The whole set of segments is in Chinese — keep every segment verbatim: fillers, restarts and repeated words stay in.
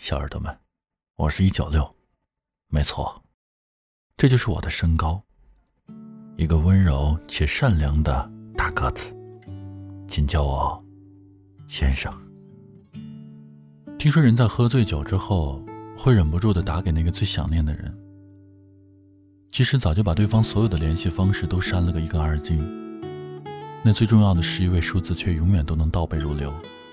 小耳朵们，我是一九六，没错，这就是我的身高，一个温柔且善良的大个子，请叫我先生。听说人在喝醉酒之后会忍不住地打给那个最想念的人，即使早就把对方所有的联系方式都删了个一干二净，那最重要的十一位数字却永远都能倒背如流。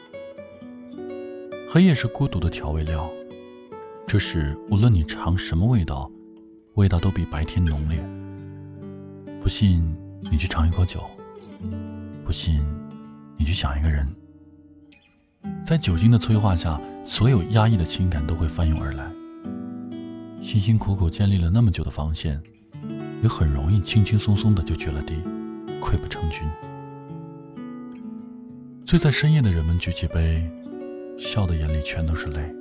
黑夜是孤独的调味料，这时无论你尝什么味道，味道都比白天浓烈。不信你去尝一口酒，不信你去想一个人，在酒精的催化下，所有压抑的情感都会翻涌而来。辛辛苦苦建立了那么久的防线，也很容易轻轻松松的就决了堤，溃不成军。醉在深夜的人们举起杯，笑的眼里全都是泪。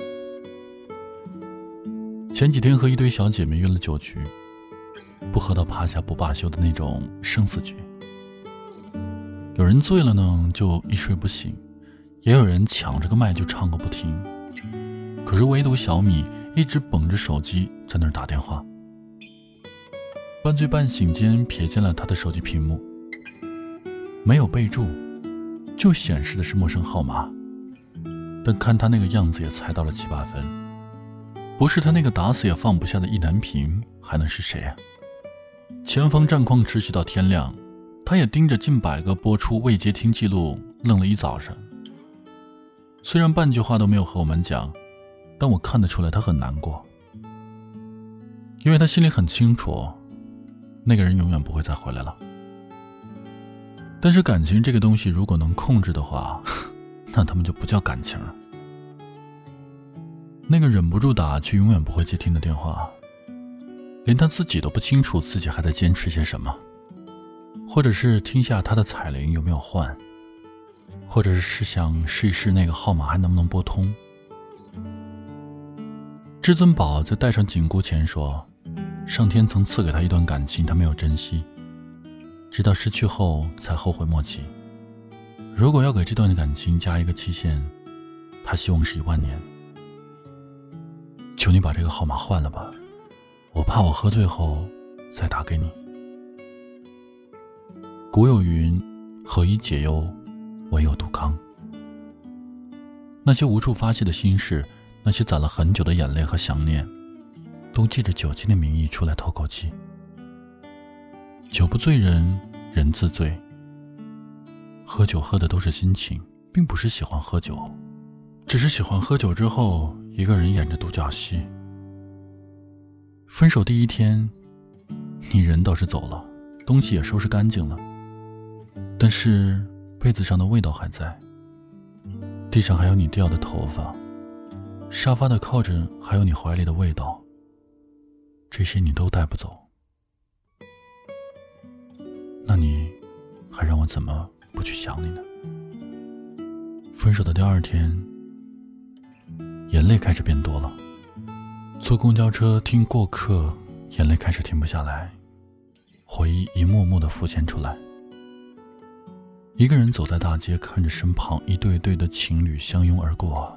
前几天和一堆小姐妹约了酒局，不喝到趴下不罢休的那种生死局。有人醉了呢就一睡不醒，也有人抢着个麦就唱个不停。可是唯独小米一直捧着手机在那儿打电话。半醉半醒间瞥见了他的手机屏幕，没有备注，就显示的是陌生号码。但看他那个样子也猜到了七八分，不是他那个打死也放不下的意难平，还能是谁啊？前方战况持续到天亮，他也盯着近百个播出未接听记录愣了一早上。虽然半句话都没有和我们讲，但我看得出来他很难过，因为他心里很清楚，那个人永远不会再回来了。但是感情这个东西如果能控制的话，那他们就不叫感情了。那个忍不住打却永远不会接听的电话，连他自己都不清楚自己还在坚持些什么，或者是听下他的彩铃有没有换，或者是想试一试那个号码还能不能拨通。至尊宝在戴上紧箍前说，上天曾赐给他一段感情，他没有珍惜，直到失去后才后悔莫及。如果要给这段感情加一个期限，他希望是一万年。求你把这个号码换了吧，我怕我喝醉后再打给你。古有云，何以解忧，唯有杜康。那些无处发泄的心事，那些攒了很久的眼泪和想念，都借着酒精的名义出来透口气。酒不醉人，人自醉。喝酒喝的都是心情，并不是喜欢喝酒，只是喜欢喝酒之后一个人演着独角戏。分手第一天，你人倒是走了，东西也收拾干净了，但是被子上的味道还在，地上还有你掉的头发，沙发的靠枕还有你怀里的味道，这些你都带不走。那你还让我怎么不去想你呢？分手的第二天，眼泪开始变多了。坐公交车听过客，眼泪开始停不下来，回忆一幕幕地浮现出来。一个人走在大街，看着身旁一对对的情侣相拥而过。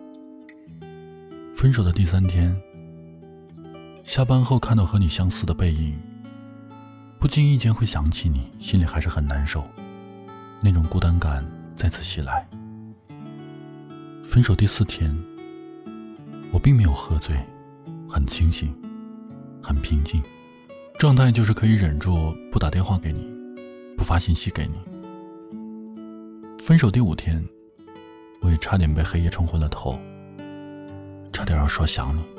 分手的第三天，下班后看到和你相似的背影，不经意间会想起你，心里还是很难受，那种孤单感再次袭来。分手第四天，我并没有喝醉，很清醒，很平静，状态就是可以忍住不打电话给你，不发信息给你。分手第五天，我也差点被黑夜冲昏了头，差点要说想你。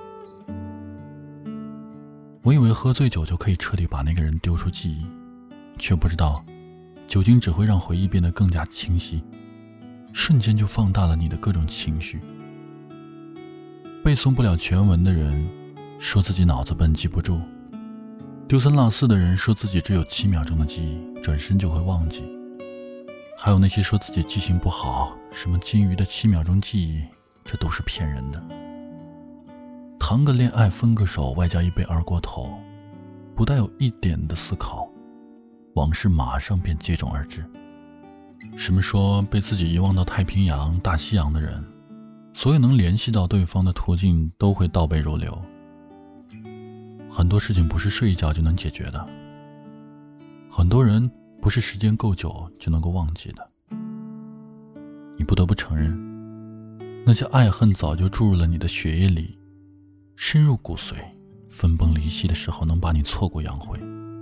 我以为喝醉酒就可以彻底把那个人丢出记忆，却不知道酒精只会让回忆变得更加清晰，瞬间就放大了你的各种情绪。背诵不了全文的人说自己脑子笨记不住，丢三落四的人说自己只有七秒钟的记忆，转身就会忘记。还有那些说自己记性不好，什么金鱼的七秒钟记忆，这都是骗人的。谈个恋爱分个手，外加一杯二锅头，不带有一点的思考，往事马上便接踵而至。什么说被自己遗忘到太平洋、大西洋的人， 所有能联系到对方的途径都会倒背如流。很多事情不是睡一觉就能解决的，很多人不是时间够久就能够忘记的。你不得不承认，那些爱恨早就注入了你的血液里，深入骨髓，分崩离析的时候能把你挫骨扬灰。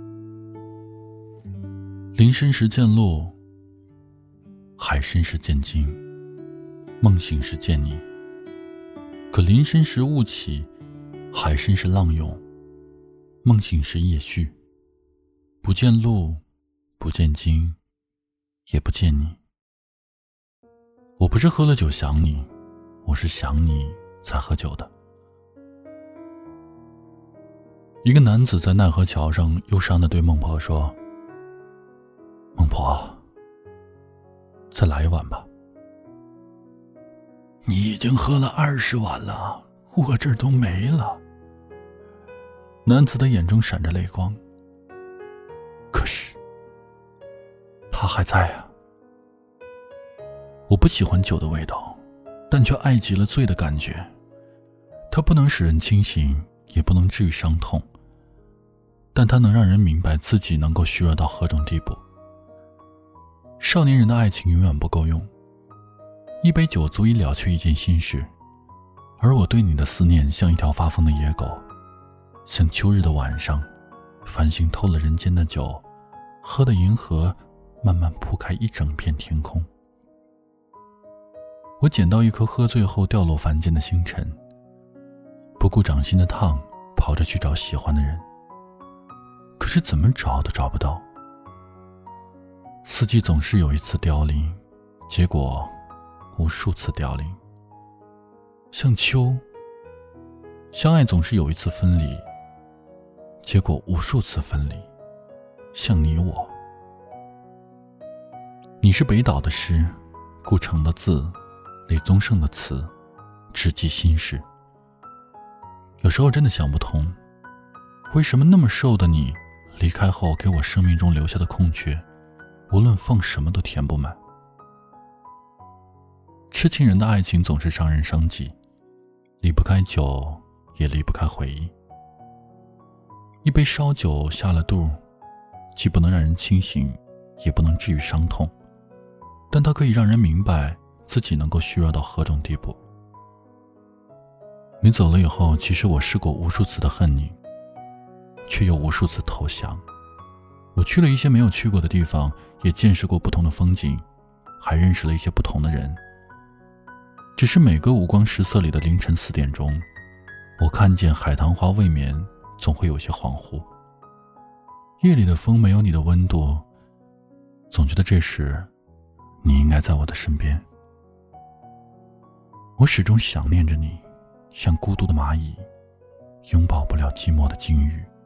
林深时见鹿，海深时见鲸，梦醒时见你。可林深时雾起，海深时浪涌，梦醒时夜续，不见鹿，不见鲸，也不见你。我不是喝了酒想你，我是想你才喝酒的。一个男子在奈何桥上忧伤地对孟婆说：孟婆，再来一碗吧。你已经喝了二十碗了，我这儿都没了。男子的眼中闪着泪光，可是他还在啊。我不喜欢酒的味道，但却爱极了醉的感觉。它不能使人清醒，也不能治愈伤痛，但它能让人明白自己能够虚弱到何种地步。少年人的爱情永远不够用，一杯酒足以了却一件心事，而我对你的思念像一条发疯的野狗，像秋日的晚上，繁星偷了人间的酒，喝的银河慢慢铺开一整片天空。我捡到一颗喝醉后掉落凡间的星辰，不顾掌心的烫，跑着去找喜欢的人，可是怎么找都找不到。四季总是有一次凋零，结果无数次凋零。像秋，相爱总是有一次分离，结果无数次分离。像你我，你是北岛的诗，顾城的字，李宗盛的词，直击心事。有时候真的想不通，为什么那么瘦的你离开后给我生命中留下的空缺，无论放什么都填不满。痴情人的爱情总是伤人伤己，离不开酒，也离不开回忆。一杯烧酒下了肚，既不能让人清醒，也不能治愈伤痛，但它可以让人明白自己能够虚弱到何种地步。你走了以后，其实我试过无数次的恨你，却又无数次投降。我去了一些没有去过的地方，也见识过不同的风景，还认识了一些不同的人。只是每个五光十色里的凌晨四点钟，我看见海棠花未眠，总会有些恍惚。夜里的风没有你的温度，总觉得这时你应该在我的身边。我始终想念着你，像孤独的蚂蚁，拥抱不了寂寞的鲸鱼。